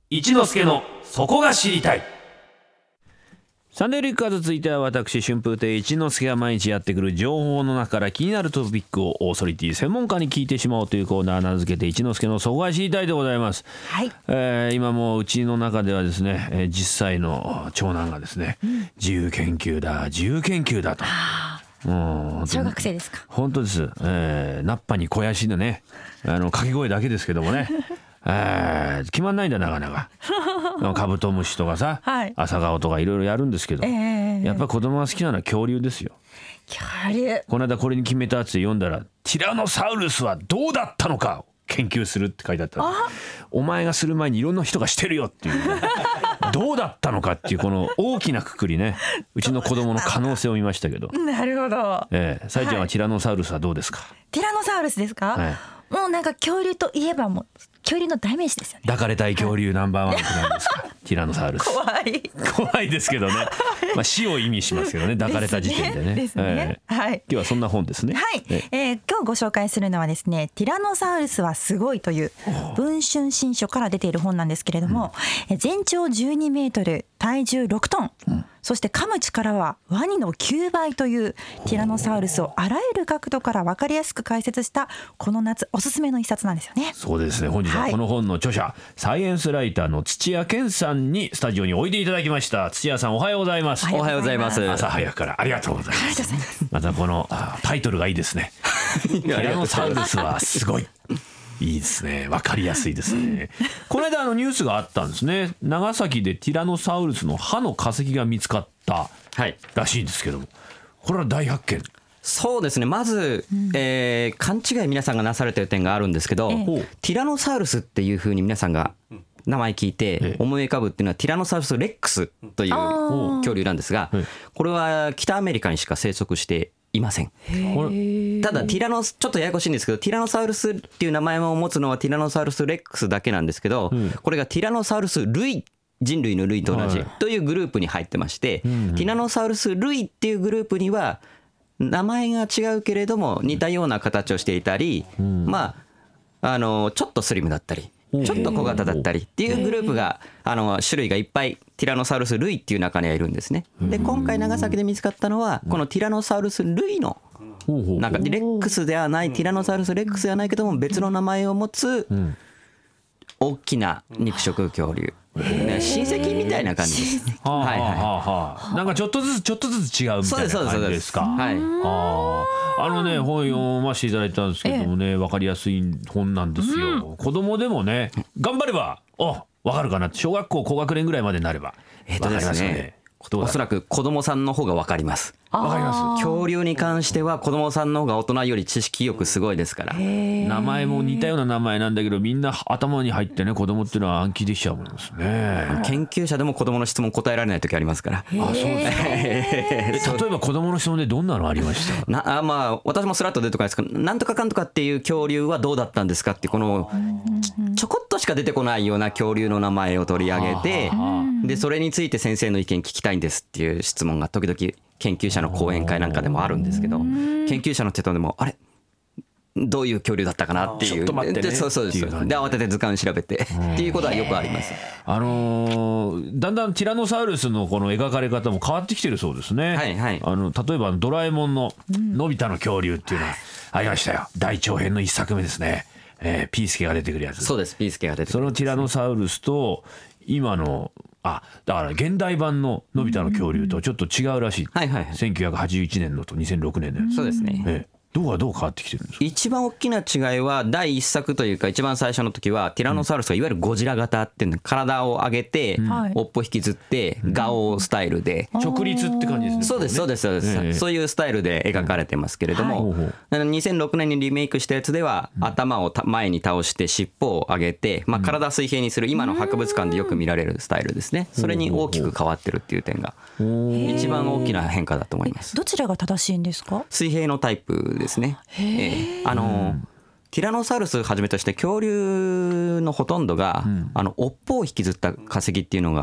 一之輔のそこが知りたい。サンデーリッカーズ、続いては私春風亭一之輔が毎日やってくる情報の中から気になるトピックをオーソリティ専門家に聞いてしまおうというコーナー、名付けて一之輔のそこが知りたいでございます。 はい。 今もううちの中ではですね、10歳の長男がですね、自由研究だと、 小学生ですか。 本当です、ナッパに肥やしのね、掛け声だけですけどもね決まんないんだなかなかカブトムシとかさ、 はい、 朝顔とかいろいろやるんですけど、やっぱ子供が好きなのは恐竜ですよ。 恐竜。 この間これに決めたって読んだら、ティラノサウルスはどうだったのかを研究するって書いてあった。お前がする前にいろんな人がしてるよっていう、ね、どうだったのかっていうこの大きなくくりね、うちの子供の可能性を見ましたけど。 なるほど。 さいちゃんはティラノサウルスはどうですか。 ティラノサウルスですか、もうなんか恐竜といえばもう恐竜の代名詞ですよね。 抱かれたい恐竜ナンバーワンって何ですかティラノサウルス。怖いですけどね、死を意味しますけどね、抱かれた時点でね。 ですね。はい。 今日はそんな本ですね。 はい。今日ご紹介するのはですね、ティラノサウルスはすごいという文春新書から出ている本なんですけれども、全長12メートル、体重6トン、そして噛む力はワニの9倍というティラノサウルスをあらゆる角度から分かりやすく解説したこの夏おすすめの一冊なんですよね。 そうですね。本日はこの本の著者、サイエンスライターの土屋健さんにスタジオにおいでいただきました。土屋さん、おはようございます。 おはようございます。 朝早くからありがとうございます。またこのタイトルがいいですね。ティラノサウルスはすごい。いいですね。わかりやすいですね。この間ニュースがあったんですね。長崎でティラノサウルスの歯の化石が見つかったらしいんですけども、これは大発見。 そうですね。まず、勘違い皆さんがなされている点があるんですけど、ティラノサウルスっていうふうに皆さんが名前聞いて思い浮かぶっていうのは、ティラノサウルスレックスという恐竜なんですが、これは北アメリカにしか生息していません。ただちょっとややこしいんですけど、ティラノサウルスっていう名前を持つのはティラノサウルスレックスだけなんですけど、これがティラノサウルス類、人類の類と同じというグループに入ってまして、ティラノサウルス類っていうグループには名前が違うけれども似たような形をしていたり、ちょっとスリムだったりちょっと小型だったりっていうグループが種類がいっぱいティラノサウルス類っていう中にはいるんですね。で今回長崎で見つかったのはこのティラノサウルス類のなんかレックスではない、ティラノサウルスレックスではないけども別の名前を持つ大きな肉食恐竜、親戚みたいな感じですね。 なんかちょっとずつ違うみたいな感じですか。本読ませていただいたんですけどもね、分かりやすい本なんですよ。子供でもね、頑張れば分かるかなって、小学校高学年ぐらいまでになれば分かりますよね。 おそらく子供さんの方が分かります。恐竜に関しては子供さんの方が大人より知識欲すごいですから。 名前も似たような名前なんだけど、みんな頭に入ってね、子供っていうのは暗記できちゃうもんですね。 研究者でも子供の質問答えられない時ありますから。 そうですか。例えば子供の質問でどんなのありました？ 私もスラッと出てこないですけど、なんとかかんとかっていう恐竜はどうだったんですかって、このちょこっとしか出てこないような恐竜の名前を取り上げて、でそれについて先生の意見聞きたいんですっていう質問が時々研究者の講演会なんかでもあるんですけど、研究者の手とでもあれどういう恐竜だったかなっていう、 ちょっと待ってね、 そうです。で慌てて図鑑調べてっていうことはよくあります。 だんだんティラノサウルスのこの描かれ方も変わってきてるそうですね。例えばドラえもんののび太の恐竜っていうのはありましたよ。大長編の一作目ですね。ピースケが出てくるやつ。 そうです。ピースケが出てくる。 そのティラノサウルスと今のだから現代版ののび太の恐竜とちょっと違うらしい。1981年のと2006年のやつ。 そうですね。 どう変わってきてるんですか？ 一番大きな違いは第一作というか一番最初の時はティラノサウルスがいわゆるゴジラ型っていうの、体を上げて尾っぽ引きずってガオスタイルで直立って感じですね。 そうですそういうスタイルで描かれてますけれども、2006年にリメイクしたやつでは頭を前に倒して尻尾を上げて、体水平にする今の博物館でよく見られるスタイルですね。それに大きく変わってるっていう点が一番大きな変化だと思います。 どちらが正しいんですか？ 水平のタイプですね。ティラノサウルスをはじめとして恐竜のほとんどが尾っぽを引きずった化石っていうのが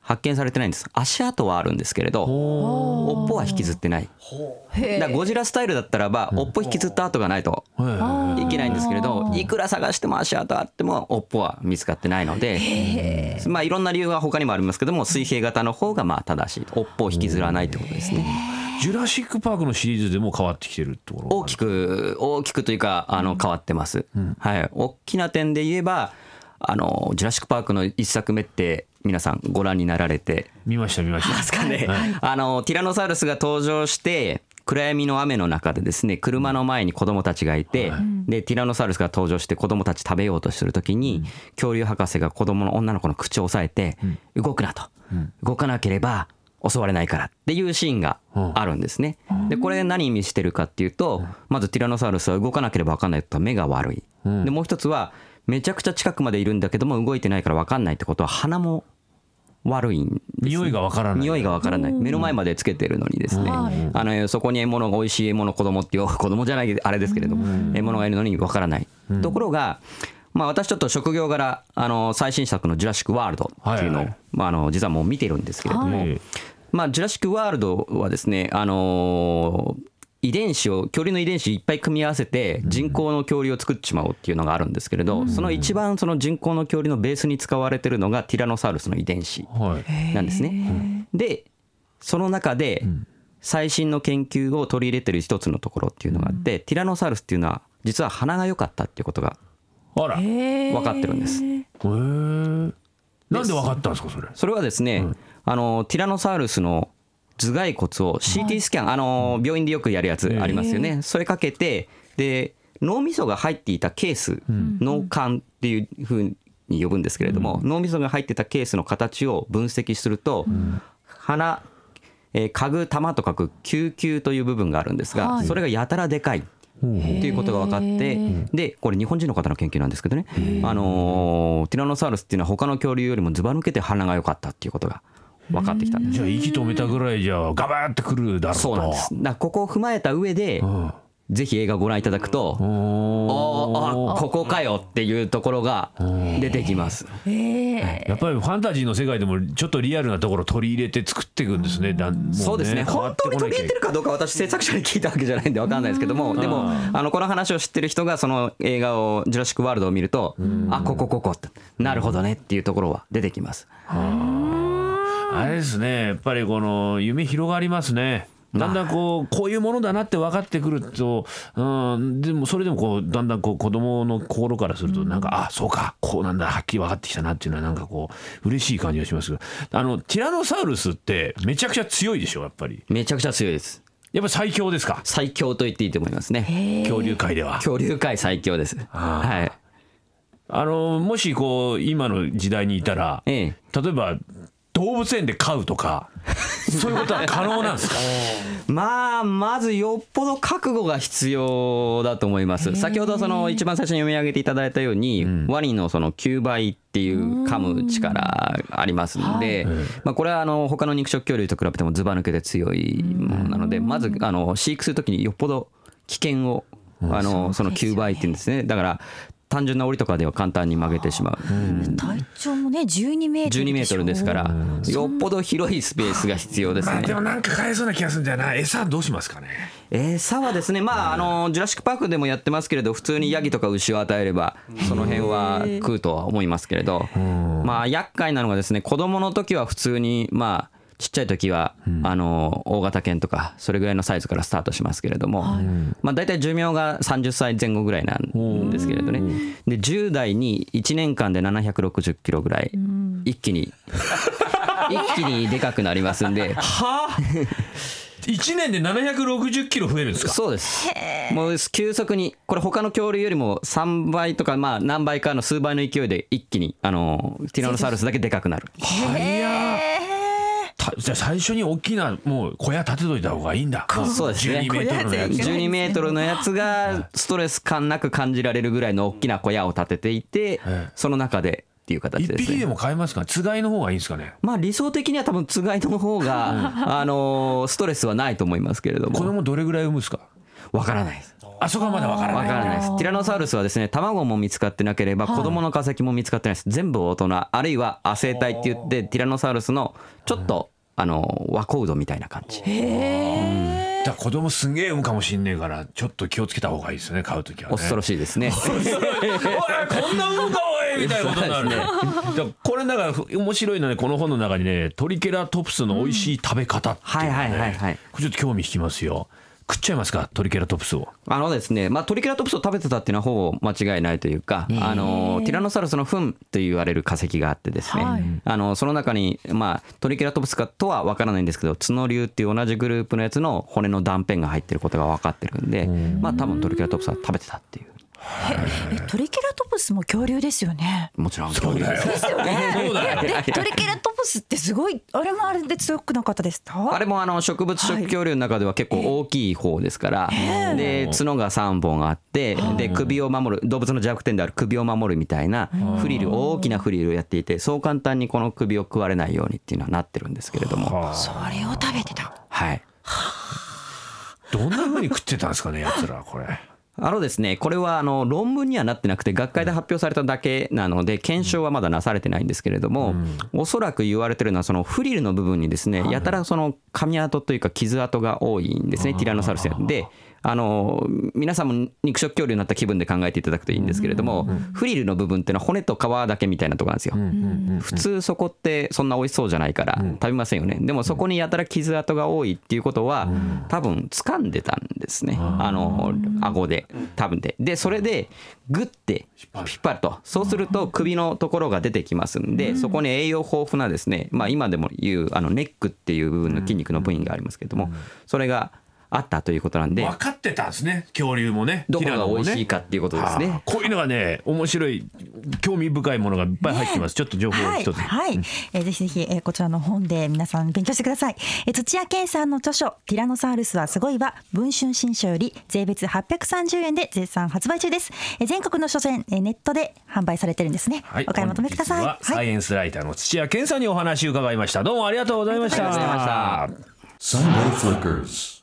発見されてないんです。足跡はあるんですけれど尾っぽは引きずってない。だからゴジラスタイルだったらば尾っぽ引きずった跡がないといけないんですけれど、いくら探しても足跡あっても尾っぽは見つかってないので、まあいろんな理由は他にもありますけども、水平型の方がまあ正しい。尾っぽを引きずらないってことですね。 ジュラシックパークのシリーズでも変わってきてるってこと？ 大きくというか変わってます。はい。大きな点で言えばジュラシックパークの一作目って皆さんご覧になられて見ましたますかね。ティラノサウルスが登場して暗闇の雨の中でですね、車の前に子供たちがいて、でティラノサウルスが登場して子供たち食べようとするときに、恐竜博士が子供の女の子の口を押さえて、動くなと、動かなければ襲われないからっていうシーンがあるんですね。でこれ何意味してるかっていうと、まずティラノサウルスは動かなければ分かんないと目が悪い。でもう一つはめちゃくちゃ近くまでいるんだけども動いてないから分かんないってことは鼻も悪いんです。 匂いが分からない。 匂いが分からない。目の前までつけてるのにですね、そこに獲物が美味しい獲物、子供っていう子供じゃないあれですけれども、獲物がいるのに分からない。ところがまあ私ちょっと職業柄最新作のジュラシックワールドっていうのをまあ実はもう見てるんですけれども、まあジュラシックワールドはですね遺伝子を恐竜の遺伝子いっぱい組み合わせて人工の恐竜を作ってしまおうっていうのがあるんですけれど、その一番その人工の恐竜のベースに使われてるのがティラノサウルスの遺伝子なんですね。でその中で最新の研究を取り入れてる一つのところっていうのがあって、ティラノサウルスっていうのは実は鼻が良かったっていうことが分かってるんです。 なんで分かったんですかそれ？ それはですね、ティラノサウルスの頭蓋骨を CT スキャン、病院でよくやるやつありますよね。それかけて、で脳みそが入っていたケース、脳幹っていうふうに呼ぶんですけれども、脳みそが入ってたケースの形を分析すると、鼻、かぐ玉と書く球球という部分があるんですが、それがやたらでかいっていうことが分かって、でこれ日本人の方の研究なんですけどね、ティラノサウルスっていうのは他の恐竜よりもずば抜けて鼻が良かったっていうことが分かってきたんです。 じゃあ息止めたぐらいじゃガバーってくるだろうと。 そうなんです。だからここを踏まえた上で、ぜひ映画をご覧いただくと、ここかよっていうところが出てきます。 やっぱりファンタジーの世界でもちょっとリアルなところ取り入れて作っていくんですね。もうね、 そうですね。本当に取り入れてるかどうか私制作者に聞いたわけじゃないんで分かんないですけども、でもこの話を知ってる人がその映画をジュラシックワールドを見ると、ここってなるほどねっていうところは出てきます。 あれですね、やっぱりこの夢広がりますね。だんだんこういうものだなって分かってくると、でもそれでもだんだん子供の心からするとなんか、そうかこうなんだはっきり分かってきたなっていうのはなんか嬉しい感じがしますが、ティラノサウルスってめちゃくちゃ強いでしょ。やっぱりめちゃくちゃ強いです。 やっぱ最強ですか？ 最強と言っていいと思いますね。 恐竜界では恐竜界最強です。はい。 もし今の時代にいたら、例えば動物園で飼うとかそういうことは可能なんですか？ まずよっぽど覚悟が必要だと思います。先ほど一番最初に読み上げていただいたように、ワニの9倍っていう噛む力ありますので、これは他の肉食恐竜と比べてもずば抜けて強いものなので、まず飼育するときによっぽど危険をその9倍っていうんですね。だから単純な檻とかでは簡単に曲げてしまう。 体長もね12メートルでしょ。 12メートルですから、よっぽど広いスペースが必要ですね。 でもなんか買えそうな気がするんだよな。餌どうしますかね？ 餌はですね、ジュラシックパークでもやってますけれど、普通にヤギとか牛を与えればその辺は食うとは思いますけれど、厄介なのがですね、子供の時は普通にちっちゃい時は、大型犬とかそれぐらいのサイズからスタートしますけれども、だいたい寿命が30歳前後ぐらいなんですけれどね。で10代に1年間で760キロぐらい一気にでかくなりますんで。 はあ1年で760キロ増えるんですか？ そうです。もう急速に、これ他の恐竜よりも3倍とか何倍かの数倍の勢いで一気にティラノサウルスだけでかくなる。 じゃあ最初に大きなもう小屋建てといた方がいいんだ。 そうですね。12メートルのやつがストレス感なく感じられるぐらいの大きな小屋を建てていて、その中でっていう形ですね。 1匹でも飼えますか？つがいの方がいいんですかね？ 理想的には多分つがいの方がストレスはないと思いますけれども。 子供どれぐらい産むんですか？ わからないです。 あそこはまだわからないです。ティラノサウルスはですね、卵も見つかってなければ子供の化石も見つかってないです。全部大人、あるいは亜生体って言ってティラノサウルスのちょっとワコウドみたいな感じ。 だ子供すげえ産むかもしんねえからちょっと気をつけた方がいいですね、買うときはね。 恐ろしいですね。 おいこんな産むかおいみたいなことになるね。だこれだから面白いのね、この本の中にねトリケラトプスの美味しい食べ方っていうのがね、これちょっと興味引きますよ。食っちゃいますか、トリケラトプスを。 ですね、トリケラトプスを食べてたっていうのはほぼ間違いないというか、ティラノサウルスの糞と言われる化石があってですね、その中に、トリケラトプスかとは分からないんですけど、角竜っていう同じグループのやつの骨の断片が入ってることが分かってるんで、多分トリケラトプスは食べてたっていう。 トリケラトプスも恐竜ですよね。 もちろん恐竜ですよね。 でトリケラトプスってすごい、あれもあれで強くなかったですか？ あれも植物食恐竜の中では結構大きい方ですから、で角が3本あって、で首を守る、動物の弱点である首を守るみたいなフリル、大きなフリルをやっていて、そう簡単にこの首を食われないようにっていうのはなってるんですけれども、 それを食べてた。 はい。 どんな風に食ってたんですかね、やつらこれ。 ですね、これは論文にはなってなくて学会で発表されただけなので検証はまだなされてないんですけれども、おそらく言われてるのはそのフリルの部分にですね、やたらその噛み跡というか傷跡が多いんですね、ティラノサウルスで。皆さんも肉食恐竜になった気分で考えていただくといいんですけれども、フリルの部分っていうのは骨と皮だけみたいなところなんですよ。普通そこってそんな美味しそうじゃないから食べませんよね。でもそこにやたら傷跡が多いっていうことは多分掴んでたんですね、顎で多分でそれでグッて引っ張ると、そうすると首のところが出てきますんで、そこに栄養豊富なですね、今でも言うネックっていう部分の筋肉の部位がありますけれども、それがあったということなんで、 分かってたんですね、恐竜もね、 どこが美味しいかっていうことですね。 こういうのがね、面白い興味深いものがいっぱい入ってます。ちょっと情報を一つ、 ぜひぜひ、こちらの本で皆さん勉強してください。土屋健さんの著書ティラノサウルスはすごいは文春新書より税別830円で絶賛発売中です。全国の書店、ネットで販売されてるんですね、お買い求めください。 本日はサイエンスライターの土屋健さんにお話を伺いました。どうもありがとうございました。 ありがとうございました。 Sunday Flickers